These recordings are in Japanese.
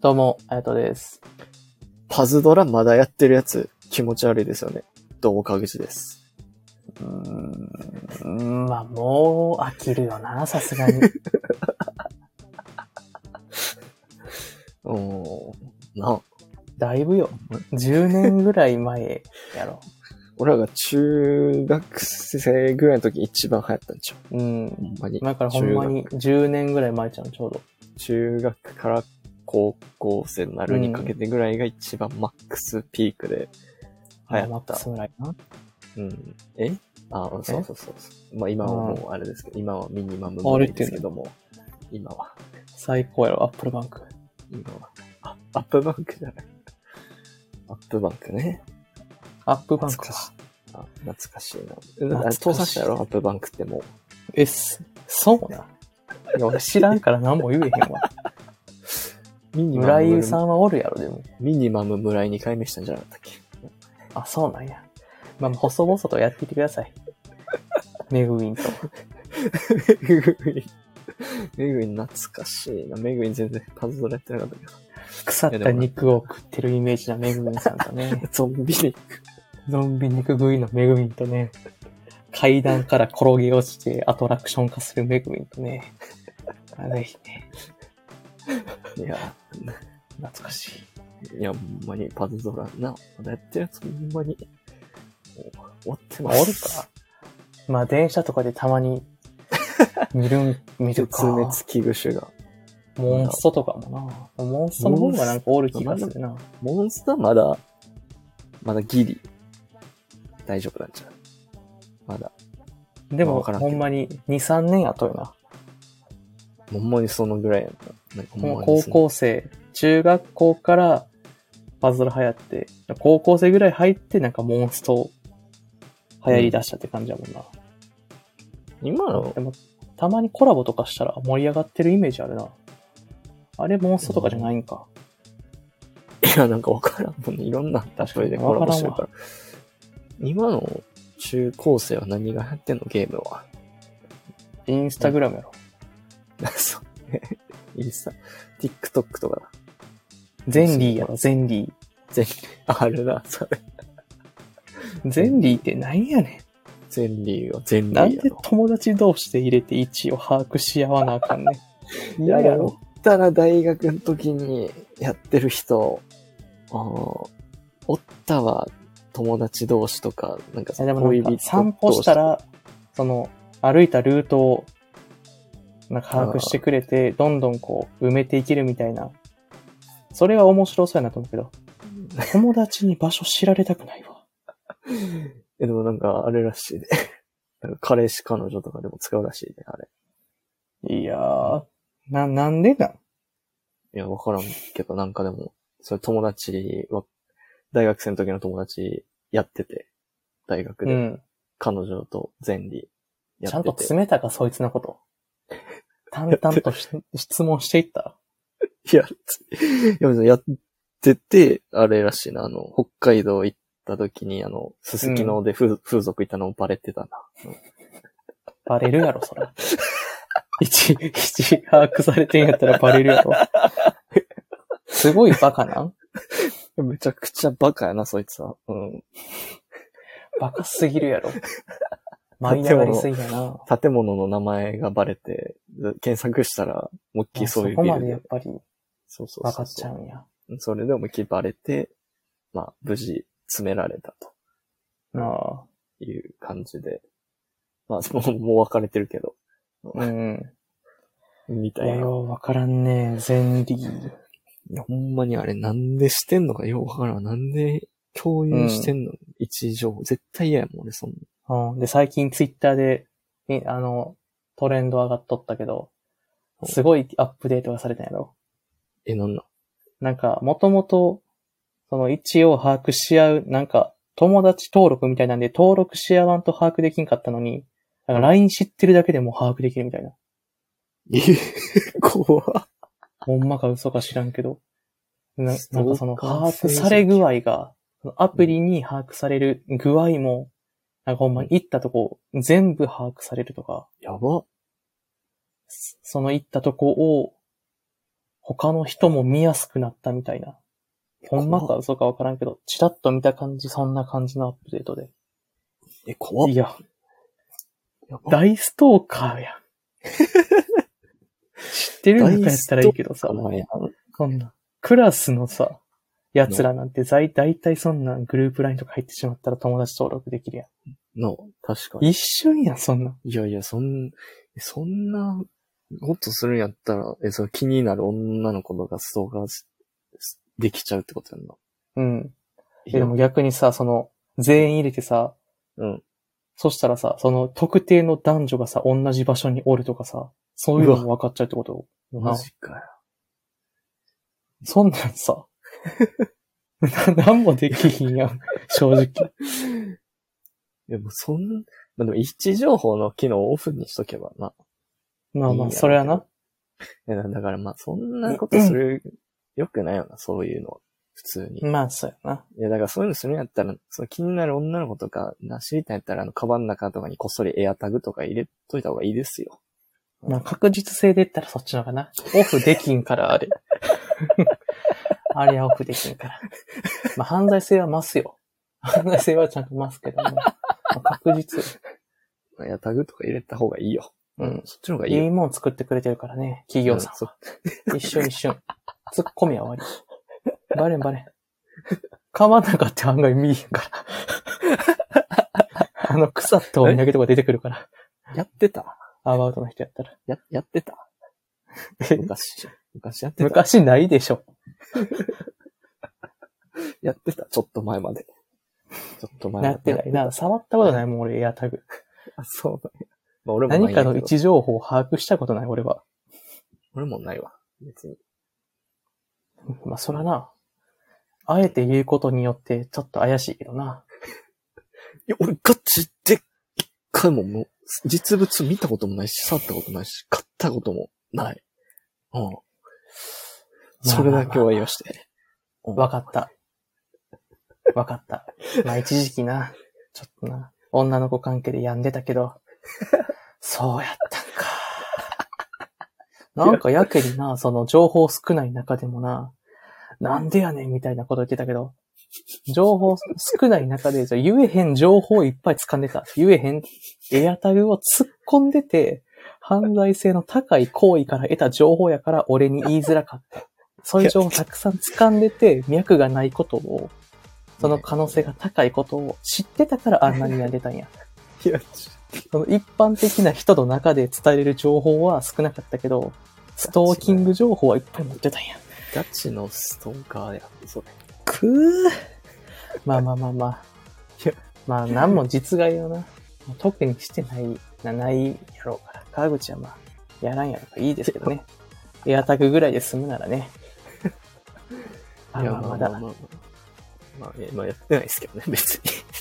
どうも、あやとです。 パズドラまだやってるやつ気持ち悪いですよね。どうも川口です。 まあ、もう飽きるよな、さすがに。だいぶよ。10年ぐらい前やろ。 俺らが中学生ぐらいの時一番流行ったんちゃう。ほんまに。 だからほんまに10年ぐらい前ちゃん、ちょうど。 中学から高校生になるにかけてぐらいが一番マックスピークで流行った。 マックスぐらいな。 そう。まあ今はもうあれですけど、今はミニマムぐらいですけども、今は。 最高やろ、アップルバンク。 今は。アップルバンクじゃない。アップルバンクね。 アップルバンクは。懐かしいな。倒産したやろ、アップルバンクってもう。そうな。いや、俺知らんから何も言えへんわ。村井さんはおるやろ、でも。 ミニマム村井2回目したんじゃなかったっけ。 あ、そうなんや。まあ、細々とやっていってください。メグウィンと。 メグウィン懐かしいな。メグウィン全然パズドラやってなかったけど。 腐った肉を食ってるイメージなメグウィンさんとね。 ゾンビ肉食いのメグウィンとね。階段から転げ落ちてアトラクション化するメグウィンとね。ぜひね。 いや、 懐かしい。いや、ほんまにパズドラな。まだやってるやつほんまに。終わってます。 おるか。まあ電車とかでたまに見るか。 絶滅危惧種が。 モンストとかもな。モンストの方がなんかおる気がするな。 モンストはまだギリ。大丈夫なんちゃう。まだ。 でも、ほんまに2、3年後よな。 ほんまにそのぐらいやな。 高校生、中学校からパズドラ流行って、高校生ぐらい入ってなんかモンスト流行り出したって感じやもんな。 今のでもたまにコラボとかしたら盛り上がってるイメージあるな。あれモンストとかじゃないんか。 いや、なんかわからんもんね。いろんな例えでコラボしてるから。今の中高生は何がやってんのゲームは。 インスタグラムやろ。 そうね。インスタ。TikTok とかだ。 ゼンリーやろ、ゼンリー。 あるな、それ。 ゼンリーって何やねん。 ゼンリーはゼンリーなんで友達同士で入れて位置を把握し合わなあかんねん。 嫌やろ。たら大学の時にやってる人、おったわ、友達同士とか、なんか恋人同士。散歩したら、歩いたルートを、把握してくれて、どんどんこう、埋めていけるみたいな。それは面白そうやなと思うけど、友達に場所知られたくないわ。 でもなんか、あれらしいね。彼氏彼女とかでも使うらしいね、あれ。 いやー、なんでなん？ いや、わからんけど、なんかでも、それ友達は、大学生の時の友達やってて、大学で、彼女とゼンリーやってて。 ちゃんと詰めたか、そいつのこと。淡々と質問していったいや、やってて、あれらしいな、北海道行った時に、すすきので風俗行ったのもバレてたな。 バレるやろ、そら。一把握されてんやったらバレるやろ。すごいバカなん？ めちゃくちゃバカやな、そいつは。 バカすぎるやろ。舞い上がりすぎやな。 建物の名前がバレて、検索したら、思いっきりそういうビルで。 そこまでやっぱり、 そう。 分かっちゃうんや。 それで思いっきりバレて、まあ、無事、詰められたと。いう感じで。まあ、もう別れてるけど。みたいな。 ようわからんね、ゼンリー。 いや、ほんまにあれなんでしてんのかようわからん。なんで共有してんの、位置情報。絶対嫌やもん、俺、そんな。 で、最近ツイッターで、トレンド上がっとったけど、すごいアップデートがされたんやろ。なんか、もともと、その位置を把握し合う、なんか、友達登録みたいなんで、登録し合わんと把握できんかったのに、なんか LINE 知ってるだけでも把握できるみたいな。 怖っ。 ほんまか嘘か知らんけど。なんかその把握され具合が、アプリに把握される具合も、なんかほんまに行ったとこ全部把握されるとか。 やば。 その行ったとこを、 他の人も見やすくなったみたいな。ほんまか嘘かわからんけど、チラッと見た感じ、そんな感じのアップデートで。 怖っ。 いや、大ストーカーやん。知ってるんかやったらいいけどさ、こんな、クラスのさ、奴らなんてだいたいそんなグループラインとか入ってしまったら友達登録できるやん。 確かに。 一瞬やん、そんな。 いや、そんなことするんやったら、その気になる女の子とかストーカーできちゃうってことやんな。 うん。でも逆にさ、全員入れてさ、 うん。 そしたらさ、その特定の男女がさ、同じ場所におるとかさ、そういうのも分かっちゃうってことマジかよ。 そんなんさ、何もできひんやん、正直。 でもでも位置情報の機能をオフにしとけばな。 まあまあ、それはな。 だからまあ、そんなことする、よくないよな、そういうの。普通に。 まあ、そうやな。 いや、だからそういうのするんやったら、気になる女の子とか、知りたいんやったら、カバンの中とかにこっそりエアタグとか入れといた方がいいですよ。 まあ、確実性で言ったらそっちのかな。オフできんから、あれ。あれはオフできんから。まあ、犯罪性は増すよ。犯罪性はちゃんと増すけども。まあ、確実。 エアタグとか入れた方がいいよ。 うん。 そっちの方がいいよ。 いいもん作ってくれてるからね、企業さんは。一瞬。突っ込みは終わり。バレん。カバンなんかって案外見えへんから。腐ったお土産とか出てくるから。 やってたアバウトな人やったら。 やってた昔やってた昔ないでしょ。 やってたちょっと前まで。 やってないな。触ったことないもん、俺、エアタグ。 あ、そうだね。まあ、俺もない何かの位置情報を把握したことない、俺は。 俺もないわ。別に。 まあ、そらな。あえて言うことによって、ちょっと怪しいけどな。 いや、俺ガチで、一回も実物見たこともないし、触ったことないし、買ったこともない。うん。それだけは言わして。 わかった。まあ、一時期な、ちょっとな、女の子関係で病んでたけど、そうやったんか。なんかやけにな、情報少ない中でもな、なんでやねんみたいなこと言ってたけど、情報少ない中で、言えへん情報をいっぱい掴んでた。言えへんエアタグを突っ込んでて、犯罪性の高い行為から得た情報やから俺に言いづらかった。そういう情報をたくさん掴んでて、脈がないことを、その可能性が高いことを知ってたからあんなに病んでたんや。 いや、 その一般的な人の中で伝えれる情報は少なかったけど、ストーキング情報はいっぱい持ってたんや。 ガチのストーカーやん、それ。 まあ。まあ、何も実害をな、特にしてないやろうから。川口はまあ、やらんやろからいいですけどね。エアタグぐらいで済むならね。 いや、まあ、やってないですけどね、別に。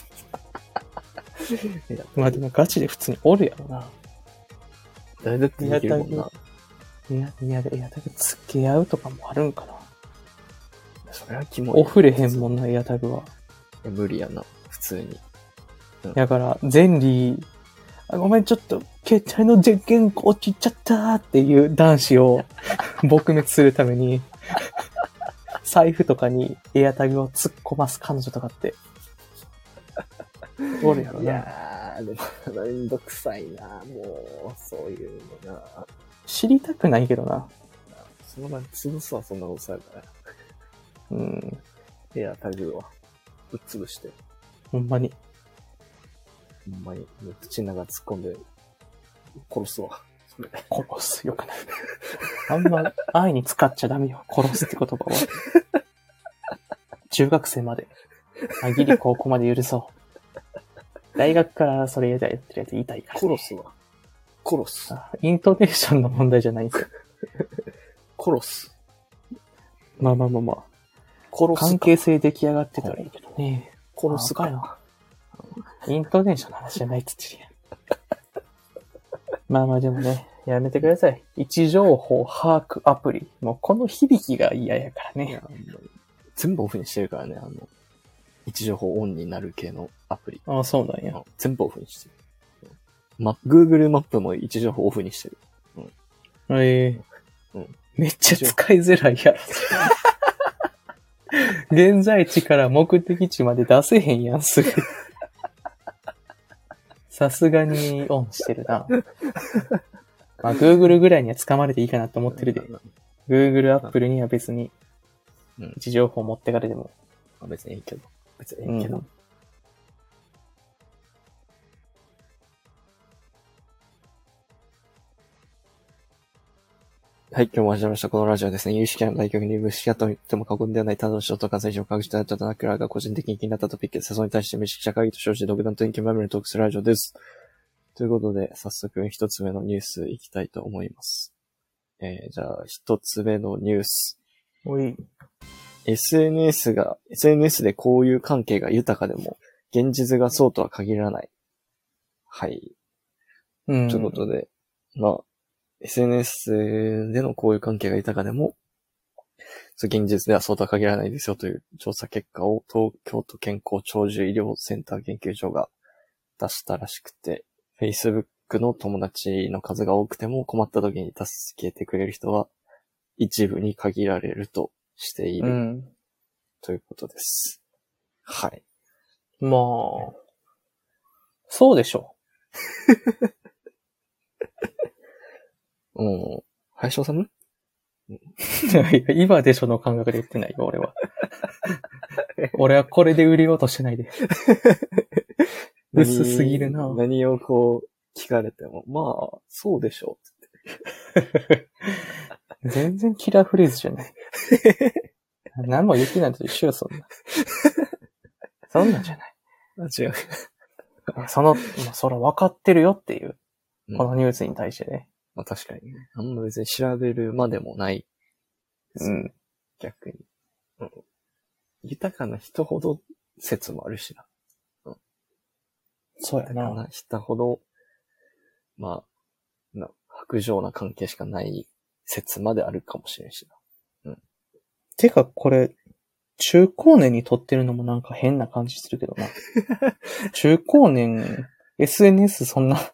まあでもガチで普通におるやろな。 誰だってできるもんな。 エアタグ付け合うとかもあるんかな。 それはキモい。 オフれへんもんな、エアタグは。 無理やな、普通に。 だから、前理、ごめん、ちょっと、携帯の電源落ちちゃったーっていう男子を撲滅するために、財布とかにエアタグを突っ込ます彼女とかって、おるやろな。 いやー、でも、めんどくさいな、もう、そういうのな。 知りたくないけどな。 その場に潰すわ、そんなことされたら。エアタグをぶっ潰して。 ほんまに、 口の中突っ込んで、殺すわ。それ殺す、よくない。あんま、愛に使っちゃダメよ。殺すって言葉は。中学生まで。ギリ高校まで許そう。大学からそれやってるやつ言いたいから、 殺すわ。殺す。 イントネーションの問題じゃないんですよ。 殺す。 まあ。殺す。関係性出来上がってたらいいけどね。 殺すかよ。 イントネーションの話じゃないっつってるやん。まあでもね、やめてください。位置情報把握アプリ。もうこの響きが嫌やからね。 全部オフにしてるからね、位置情報オンになる系のアプリ。 ああ、そうなんや。 全部オフにしてる。Google マップも位置情報オフにしてる。 めっちゃ使いづらいやろ。現在地から目的地まで出せへんやん、すぐ。さすがにオンしてるな。まあ、Google ぐらいには掴まれていいかなと思ってるで。Google、Apple には別に、位置情報持ってかれても。 別にいいけど。別にいいけど。はい、今日も始まりました。このラジオはですね、有識者の大局に無識者と言っても過言ではない他の人と関西上科学者だったとなくらが個人的に気になったトピックで、それに対して無識者会議と称して独断と意見まみれのトークするラジオです。ということで、早速一つ目のニュースいきたいと思います。じゃあ、一つ目のニュース。SNS で交友関係が豊かでも、現実がそうとは限らない。はい。ということで、SNS での交友関係が豊かでも、現実ではそうとは限らないですよという調査結果を東京都健康長寿医療センター研究所が出したらしくて、Facebook の友達の数が多くても困った時に助けてくれる人は一部に限られるとしている、ということです。はい。 まあ、そうでしょう。林修いや、今でしょの感覚で言ってないよ、俺は。俺はこれで売りようとしてないで。薄すぎるな。 何をこう聞かれても、まあ、そうでしょうって。 全然キラーフレーズじゃない。何も言ってないと一緒よ、そんな。そんなんじゃない。 違う。 そら分かってるよっていう、このニュースに対してね。 まあ確かにね。あんま別に調べるまでもない。逆に。豊かな人ほど説もあるしな。 そうやな。 豊かな人ほど、まあ、薄情な関係しかない説まであるかもしれんしな。 てかこれ、中高年に撮ってるのもなんか変な感じするけどな。中高年、SNS そんな、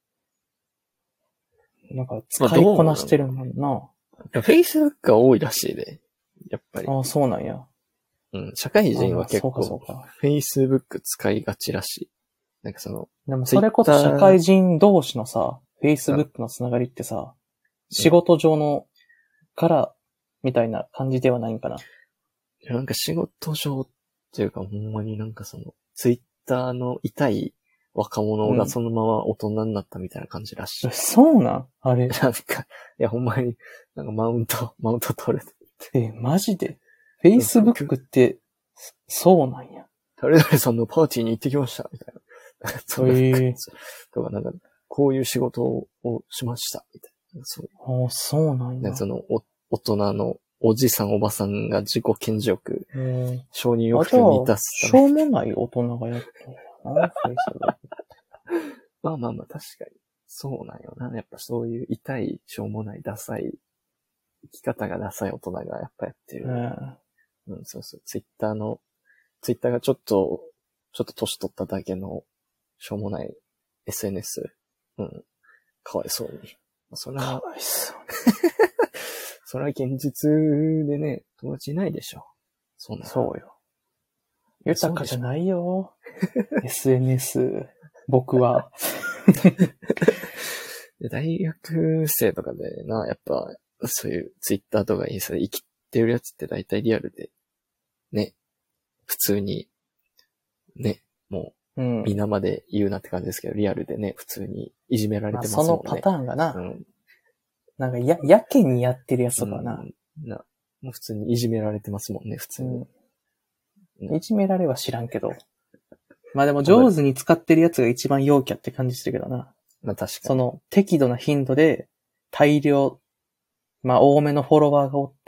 なんか使いこなしてるもんな。 Facebook が多いらしいで。やっぱり。 ああ、そうなんや。 社会人は結構、Facebook 使いがちらしい。なんかでもそれこそ社会人同士のさ、Facebook のつながりってさ、仕事上のからみたいな感じではないんかな。 なんか仕事上っていうか、ほんまになんかTwitter の痛い若者がそのまま大人になったみたいな感じらしい。 そうなんあれ。 なんか、いやほんまに、なんかマウント取れて。 マジで ?Facebook って、そうなんや。 誰々さんのパーティーに行ってきました、みたいな。そんな感じ。とか、なんか、こういう仕事をしました、みたいな。 そうなんや。 大人のおじさんおばさんが自己顕示欲、承認欲求満たすため。しょうもない大人がやってるな、 まあ、確かに。そうなんよな。やっぱそういう痛い、しょうもない、ダサい、生き方がダサい大人がやっぱやってる。そうそう。ツイッターがちょっと年取っただけの、しょうもない SNS。かわいそうに。それは、 かわいそうに。 それは現実でね、友達いないでしょ。 そうよ。豊かじゃないよ。SNS、僕は。 大学生とかでな、やっぱ、そういうツイッターとかインスタで生きてるやつって大体リアルで、ね、普通に、ね、もう、皆まで言うなって感じですけど、リアルでね、普通にいじめられてますもんね。 そのパターンがな、なんかやけにやってるやつとかな。 もう普通にいじめられてますもんね、普通に。 いじめられは知らんけど。まあでも上手に使ってるやつが一番陽キャって感じするけどな。 まあ確かに。適度な頻度で大量、多めのフォロワーがおって、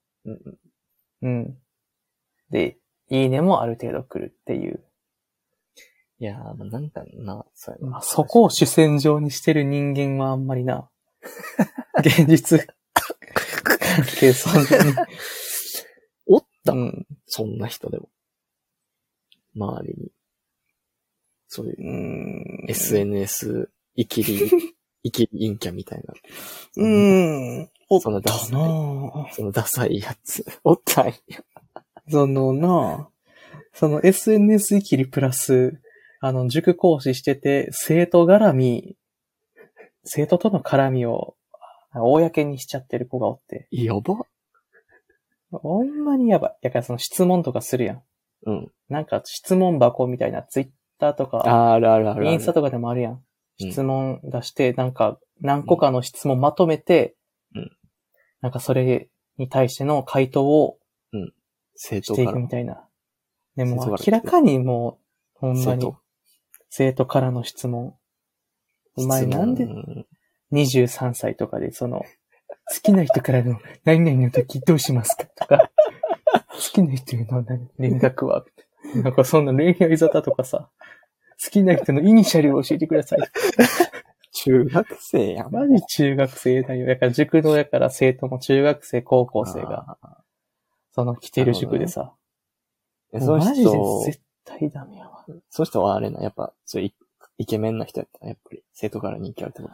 で、いいねもある程度来るっていう。 いやー、なんかな、 そこを主戦場にしてる人間はあんまりな、現実関係そんなに。 おった、そんな人でも。周りに。そういう、SNS、生きり陰キャみたいな。 おったなぁ。 そのダサいやつ。おったんや。 その SNS イキリプラス、塾講師してて、生徒との絡みを、公にしちゃってる子がおって。 やば。 ほんまにやばい。だからその質問とかするやん。 うん。 なんか質問箱みたいなツイッターとか、 あるあるある。 インスタとかでもあるやん。質問出して、なんか何個かの質問まとめて、 うん。 なんかそれに対しての回答を、していくみたいな。でも明らかにもう、ほんまに、生徒からの質問。お前なんで、23歳とかで好きな人からの何々の時どうしますかとか、好きな人への連絡は、なんかそんな恋愛沙汰とかさ、好きな人のイニシャルを教えてください。 中学生やん。 マジ中学生だよ。だから塾のやから生徒も中学生、高校生が、来てる塾でさ。 その人、 マジで絶対ダメやわ。 その人はあれな、やっぱ、イケメンな人やったら、やっぱり生徒から人気あるってこと。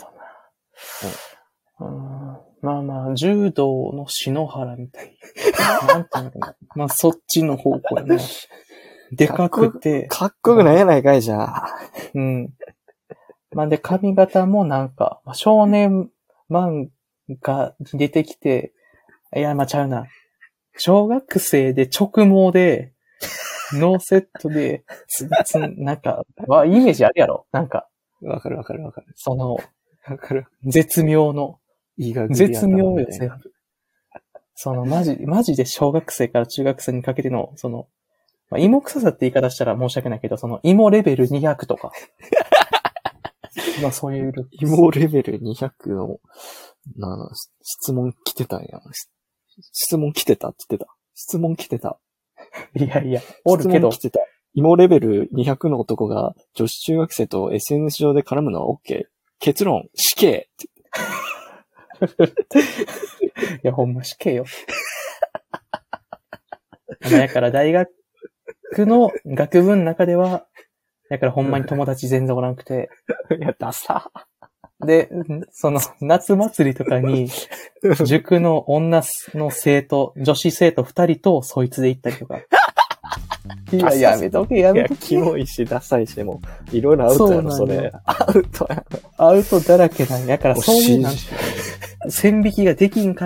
まあまあ、柔道の篠原みたい。なんていうのかな。まあ、そっちの方向やな。でかくて。 かっこよくないやないかい、じゃあ。 うん。まあで、髪型もなんか、少年漫画に出てきて、いや、まあちゃうな。小学生で直毛で、ノーセットで、なんか、イメージあるやろなんか。 わかる。 わかる。絶妙の。絶妙よ、全部。マジで小学生から中学生にかけての、芋臭さって言い方したら申し訳ないけど、芋レベル200とか。まあそういう。 芋レベル200の、質問来てたんや。質問来てたって言ってた。質問来てた。 いやいや、おるけど。 質問来てた。芋レベル200の男が女子中学生と SNS 上で絡むのは OK。結論、死刑いや、ほんま死刑よ。だから大学の学部の中では、だからほんまに友達全然おらんくて。 いや、ダサ。 で、夏祭りとかに、塾の女の生徒、女子生徒2人とそいつで行ったりとか。いや、やめとけ。 キモいし、ダサいし、もう、いろいろアウトやろ、それ。アウトやろ。 アウトだらけなんやから、そういう線引きができんから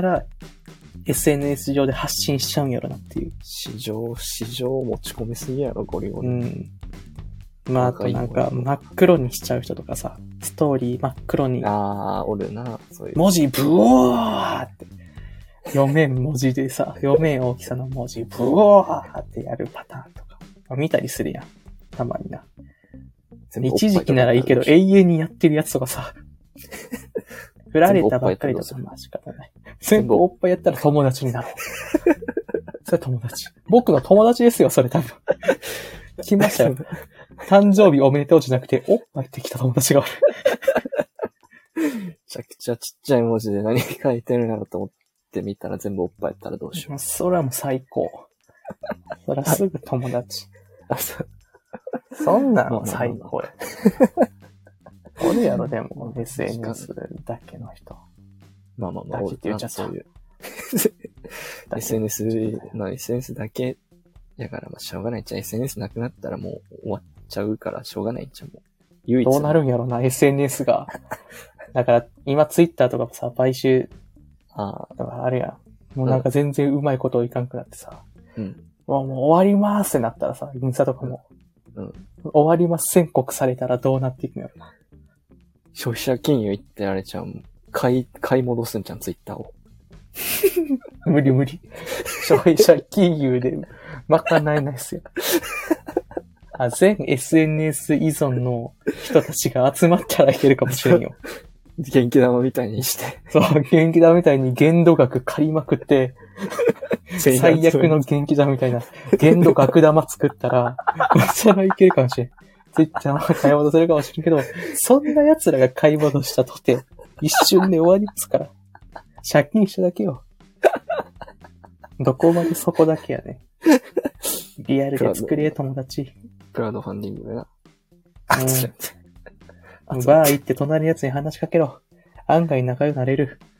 、SNS 上で発信しちゃうんやろなっていう。 市場持ち込みすぎやろ、ゴリゴリ。 まあ、あとなんか、真っ黒にしちゃう人とかさ、ストーリー真っ黒に。 おるな、そういう。 文字ブワーって。読めん文字でさ、読めん大きさの文字ブワーってやるパターンとか。見たりするやん。たまにな。一時期ならいいけど、永遠にやってるやつとかさ。振られたばっかりだとまあ仕方ない。全部おっぱいやったら友達になろう。それ友達。僕の友達ですよ、それ多分。来ましたよ。誕生日おめでとうじゃなくて、おっぱいって来た友達がおる。 めちゃくちゃちっちゃい文字で何書いてるんだろうと思ってみたら全部おっぱいやったらどうしよう。 それはもう最高。それはすぐ友達。そんなの最高や。おるやろ、でも、SNS だけの人。 まあ、 だけって言っちゃった。 そういう。SNS だけ。だから、まあ、しょうがないっちゃ SNS なくなったらもう終わっちゃうから、しょうがないっちゃもう。唯一。 どうなるんやろな、SNS が。だから、今 Twitter とかもさ、買収。とかあるやん。もうなんか全然うまいこといかんくなってさ。もう終わりまーすってなったらさ、インスタとかも。終わります宣告されたらどうなっていくのやろな。 消費者金融行ってあれちゃん、買い戻すんじゃん、ツイッターを。 無理。消費者金融で賄えないっすよ。全 SNS 依存の人たちが集まったらいけるかもしれんよ。 元気玉みたいにして。 そう、元気玉みたいに限度額借りまくって、最悪の元気玉みたいな限度額玉作ったら、それはいけるかもしれん。ツイッターは買い戻せるかもしれんけど、そんな奴らが買い戻したとて、一瞬で終わりますから。借金しただけよ。どこまでそこだけやね。リアルで作れ、友達。 クラウドファンディングでな。 バー行って隣のやつに話しかけろ。案外仲良くなれる。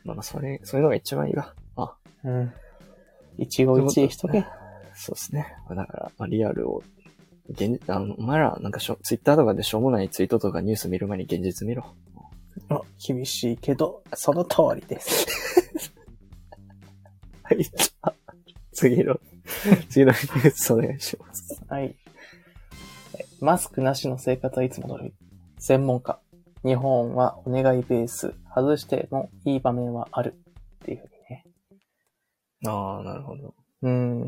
まあ、そういうのが一番いいわ。あ、 うん。一期一会しとけ。 そうですね。だから、まあ、リアルを、お前ら、なんかツイッターとかでしょうもないツイートとかニュース見る前に現実見ろ。 厳しいけど、その通りです。 はい。次のニュースお願いします。 はい。マスクなしの生活はいつも通り。専門家。日本はお願いベース。外してもいい場面はある。っていうふうにね。 ああ、なるほど。 うん。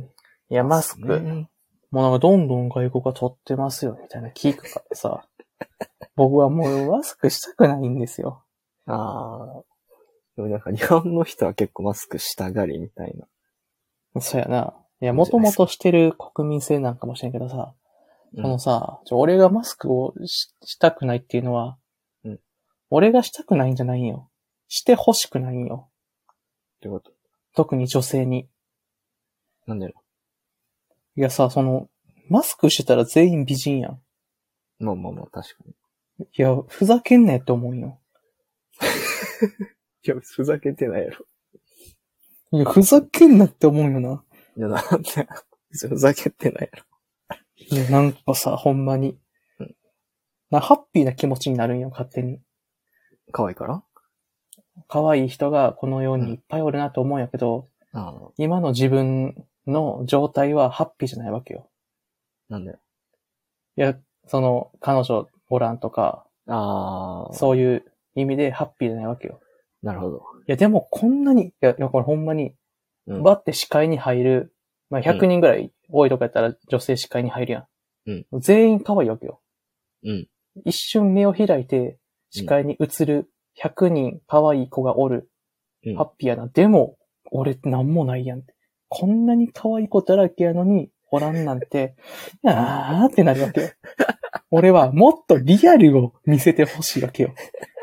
いや、マスク。もうなんかどんどん外国が取ってますよ、みたいな聞くからさ。僕はもうマスクしたくないんですよ。 ああ。でもなんか日本の人は結構マスクしたがりみたいな。 そうやな。いや、もともとしてる国民性なんかもしれんけどさ。このさ、俺がマスクをしたくないっていうのは、 うん、 俺がしたくないんじゃないんよ。して欲しくないんよ。 ってこと？ 特に女性に。 なんで？ いやさ、マスクしてたら全員美人やん。 まあ、確かに。 いや、ふざけんなよって思うんよ。 いや、ふざけてないやろ。 いや、ふざけんなって思うよな。 いや、なんで、ふざけてないやろ。 いや、なんかさ、ほんまに。ハッピーな気持ちになるんよ、勝手に。 可愛いから？ 可愛い人がこの世にいっぱいおるなと思うんやけど、今の自分の状態はハッピーじゃないわけよ。 なんで？ いや、彼女おらんとか、そういう意味でハッピーじゃないわけよ。 なるほど。 いや、でもこんなに、いや、これほんまに、バって視界に入る、まあ、100人ぐらい多いとかやったら女性視界に入るやん。全員可愛いわけよ。一瞬目を開いて視界に映る100人可愛い子がおる。ハッピーやな。でも、俺なんもないやんって。こんなに可愛い子だらけやのに、おらんなんて、あーってなるわけよ。俺はもっとリアルを見せてほしいわけよ。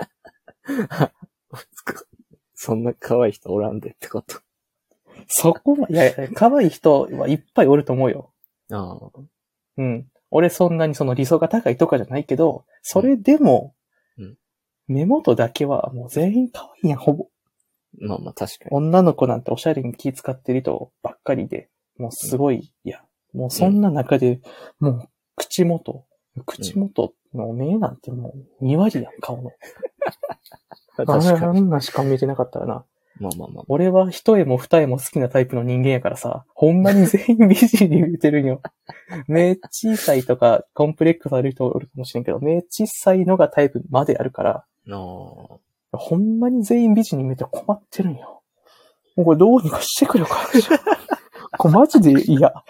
そんな可愛い人おらんでってこと？ いや、可愛い人はいっぱいおると思うよ。うん。俺そんなに理想が高いとかじゃないけど、それでも、目元だけはもう全員可愛いやん、ほぼ。 まあ確かに。 女の子なんておしゃれに気使ってる人ばっかりで、もうすごい、いや、もうそんな中で、もう口元の目なんてもう2割やん、顔の。あんなしか見てなかったらな。 まあ。 俺は一重も二重も好きなタイプの人間やからさ、ほんまに全員美人に見えてるんよ。目小さいとかコンプレックスある人おるかもしれんけど、目小さいのがタイプまであるから、ほんまに全員美人に見えて困ってるんよ。もうこれどうにかしてくれよ、か。これマジで嫌。いや、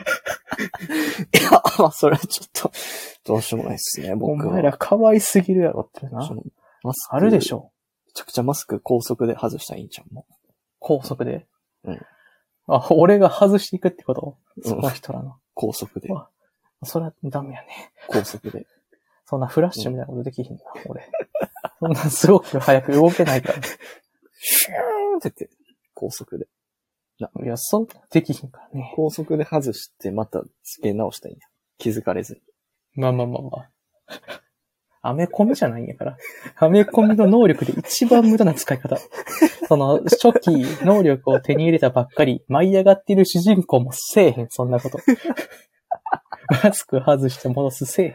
それはちょっと、どうしようもないっすね、僕は。 お前ら可愛すぎるやろってな。あるでしょ。 めちゃくちゃマスク高速で外したらいいんちゃうもん。 高速で？俺が外していくってこと？その人らの。 高速で。 それはダメやね。 高速で。 そんなフラッシュみたいなことできひんな、俺。そんなすごく早く動けないから。 シューンって言って、高速で。 いや、そうできひんからね。 高速で外して、また付け直したらいいんや。気づかれずに。 まあ。アメコミじゃないんやから。アメコミの能力で一番無駄な使い方。初期能力を手に入れたばっかり、舞い上がっている主人公もせえへん、そんなこと。マスク外して戻すせえ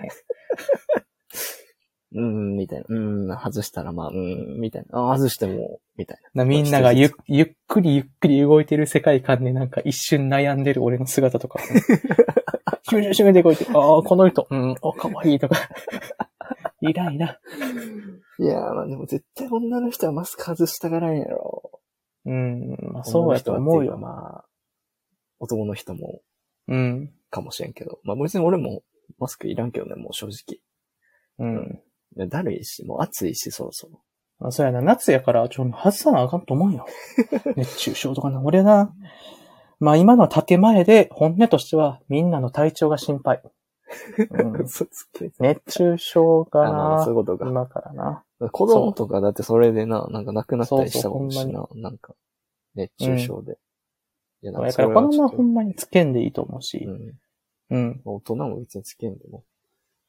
へん。 みたいな。外したらみたいな。外しても、みたいな。 みんながゆっくり動いてる世界観でなんか一瞬悩んでる俺の姿とか。シュシュで動いて、この人、かわいいとか。いら。 いやー、でも絶対女の人はマスク外したがらんやろ。 まあそうやと思うよ。 まあ、男の人も、かもしれんけど。まあ別に俺もマスクいらんけどね、もう正直。だるいし、もう暑いし、そろそろ。 そうやな、夏やから、外さなあかんと思うよ。熱中症とかね、俺な。まあ今のは建前で、本音としては、みんなの体調が心配。熱中症がな、 そういうことか。 今からな。 子供とかだってそれでな、なんか亡くなったりしたもんしな、なんか、熱中症で。 だから子供はほんまにつけんでいいと思うし。 大人も別につけんでも。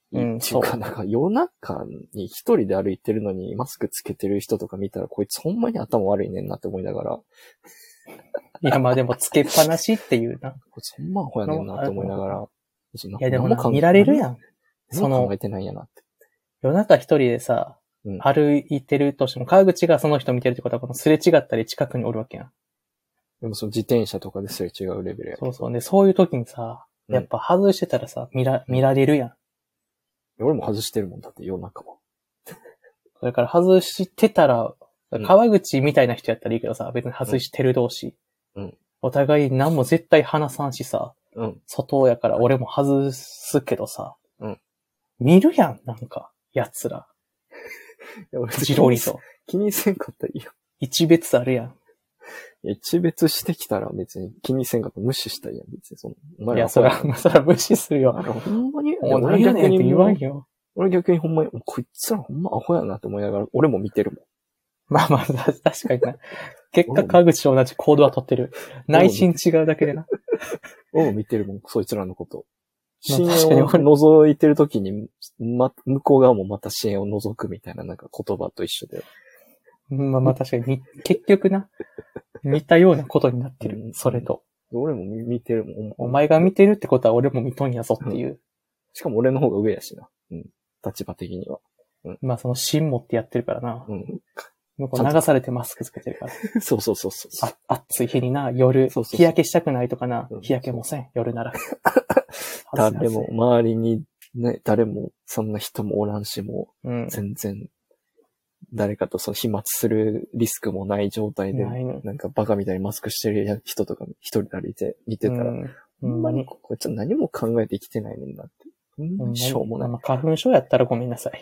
いいっていうか、なんか夜中に一人で歩いてるのにマスクつけてる人とか見たら、こいつほんまに頭悪いねんなって思いながら。 いや、まあでもつけっぱなしっていうな。 こいつほんまアホやねんなって思いながら。 いやでも見られるやん。 その考えてないんやなって。 夜中一人でさ、歩いてるとしても、川口がその人見てるってことは、このすれ違ったり近くにおるわけやん。 でもその自転車とかですれ違うレベルや。 そうそう。で、そういう時にさ、やっぱ外してたらさ、見られるやん。 俺も外してるもんだって夜中も。 それから外してたら、川口みたいな人やったらいいけどさ、別に外してる同士。お互い何も絶対話さんしさ、外やから俺も外すけどさ、見るやん、なんか、奴ら。ジロリと。 気にせんかったらいいよ。 一別あるやん。 一別してきたら別に気にせんかったら無視したいやん、別にいや、そら無視するよ。 ほんまに俺逆に言わんよ。 俺逆にほんまに、こいつらほんまアホやなって思いながら、俺も見てるもん。 まあまあ、確かにな。結果、川口と同じ行動は取ってる。内心違うだけでな。 俺も見てるもん、そいつらのこと。支援を覗いてるときに、向こう側もまた支援を覗くみたいななんか言葉と一緒で。 まあ確かに、結局な、似たようなことになってる。それと。 俺も見てるもん。 お前が見てるってことは俺も見とんやぞっていう。 しかも俺の方が上やしな。立場的には。 まあその芯持ってやってるからな。向こう流されてマスクつけてるから。 そう。 暑い日にな、夜、日焼けしたくないとかな、日焼けもせん、夜なら。 誰も、周りにね、誰も、そんな人もおらんしも、全然、誰かとその飛沫するリスクもない状態で、なんかバカみたいにマスクしてる人とか一人で歩いて見てたら、ほんまに、こいつ何も考えて生きてないねんなって。ほんまにしょうもない。 花粉症やったらごめんなさい。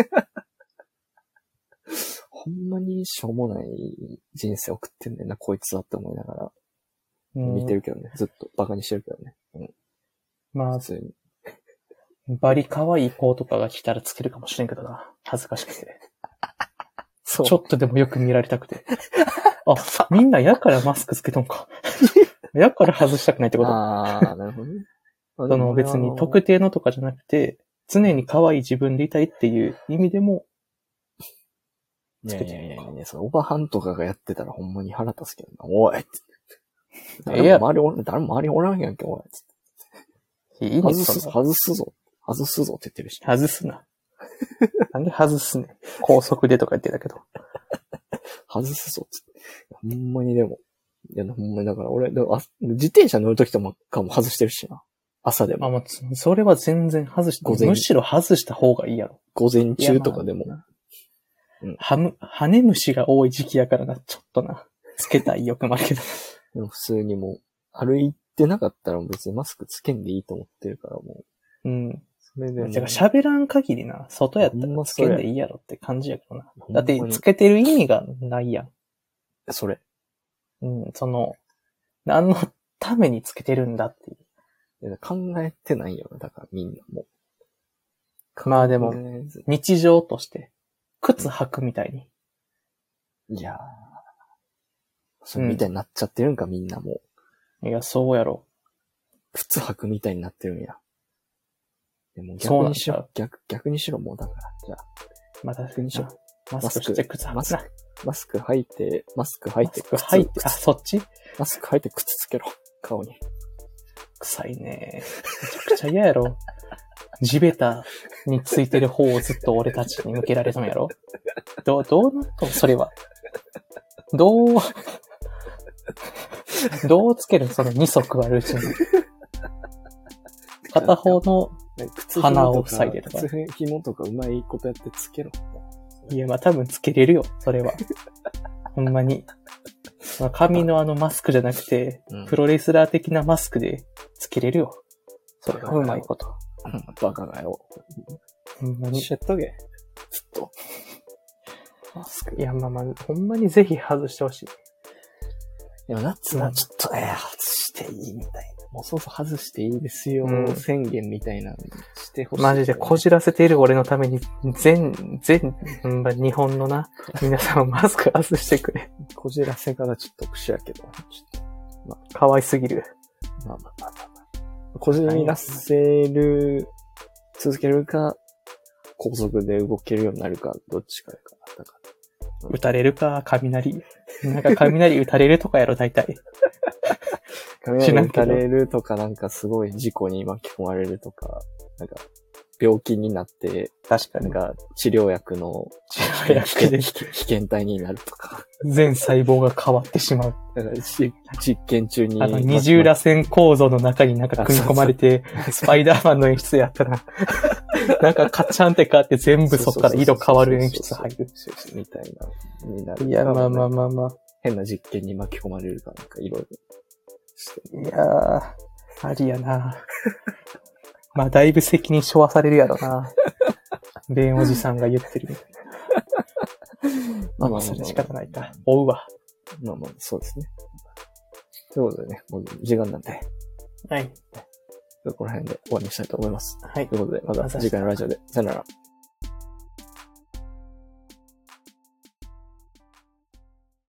ほんまにしょうもない人生送ってんねんな、こいつはって思いながら。見てるけどね、ずっとバカにしてるけどね。 まあ、普通に。バリ可愛い子とかが来たらつけるかもしれんけどな。恥ずかしくて。そう。ちょっとでもよく見られたくて。あ、みんなやからマスクつけとんか。やから外したくないってこと。 なるほどね。 その別に特定のとかじゃなくて、常に可愛い自分でいたいっていう意味でも、 つけてるのか。いや、そのオバハンとかがやってたらほんまに腹立つけどな。おいって。誰も周りおらんやんけ、おいって。いいね、外すぞって言ってるし。 外すな。なんで外すね。高速でとか言ってたけど。 外すぞって。ほんまにでも。いや、ほんまにだから俺、自転車乗るときとかも外してるしな。朝でも。 もう、それは全然外して、むしろ外した方がいいやろ。 午前中とかでも。 羽根虫が多い時期やからな、ちょっとな。つけたい欲もあるけど。 でも普通にもう、歩いてなかったら別にマスクつけんでいいと思ってるからもう。それで。だから喋らん限りな、外やったらつけんでいいやろって感じやけどな。だってつけてる意味がないやん。 それ。 何のためにつけてるんだっていう。 考えてないよ。だからみんなも。 まあでも、日常として、靴履くみたいに。いやー。それみたいになっちゃってるんか、みんなも。 いや、そうやろ。 靴履くみたいになってるんや。でも逆にしろ。 逆にしろ、もうだから。じゃあ。 また逆にしろ。マスクして靴履くな。 マスク履いて、 あ、そっち？ マスク履いて靴つけろ。顔に。 臭いね。めちゃくちゃ嫌やろ。地べたについてる方をずっと俺たちに向けられたんやろ。どうなったのそれは。どうつけるその二足あるうちに。片方の鼻を塞いでとか。 靴紐とかうまいことやってつけろ。 いや、まあ多分つけれるよ、それは。ほんまに。紙のマスクじゃなくて、プロレスラー的なマスクでつけれるよ。それはうまいこと。 バカがよ。 ほんまに。 しっとけ。ずっと。 マスク。いや、まあ、ほんまにぜひ外してほしい。 でも夏はちょっと外していいみたいな。もうそう外していいですよ。宣言みたいなのしてほしい。 マジでこじらせている俺のために、日本のな、皆さんマスク外してくれ。 こじらせ方ちょっと特殊やけど。ちょっと可愛すぎる。 まあ。こじらせる続けるか、高速で動けるようになるか、どっちかかな。だか撃たれるか、雷。なんか雷撃たれるとかやろ、大体。 雷撃たれるとか、なんかすごい事故に巻き込まれるとか、なんか、病気になって、 確かに。 なんか、治療薬の、被験体になるとか。 全細胞が変わってしまう。 だから実験中に。 二重らせん構造の中になんか組み込まれて、スパイダーマンの演出やったら、なんかカチャンって変わって全部そっから色変わる演出入る。 みたいな、になる。 いや、まあ。 変な実験に巻き込まれるかなんかいろいろして。 いやー、ありやな。まあ、だいぶ責任背負わされるやろな。レンおじさんが言ってるみたいな。まあ、それ仕方ないか。追うわ。 まあ、そうですね。ということでね、もう時間なんで。 はい。 この辺で終わりにしたいと思います。 はい。 ということで、また次回のラジオで。さよなら。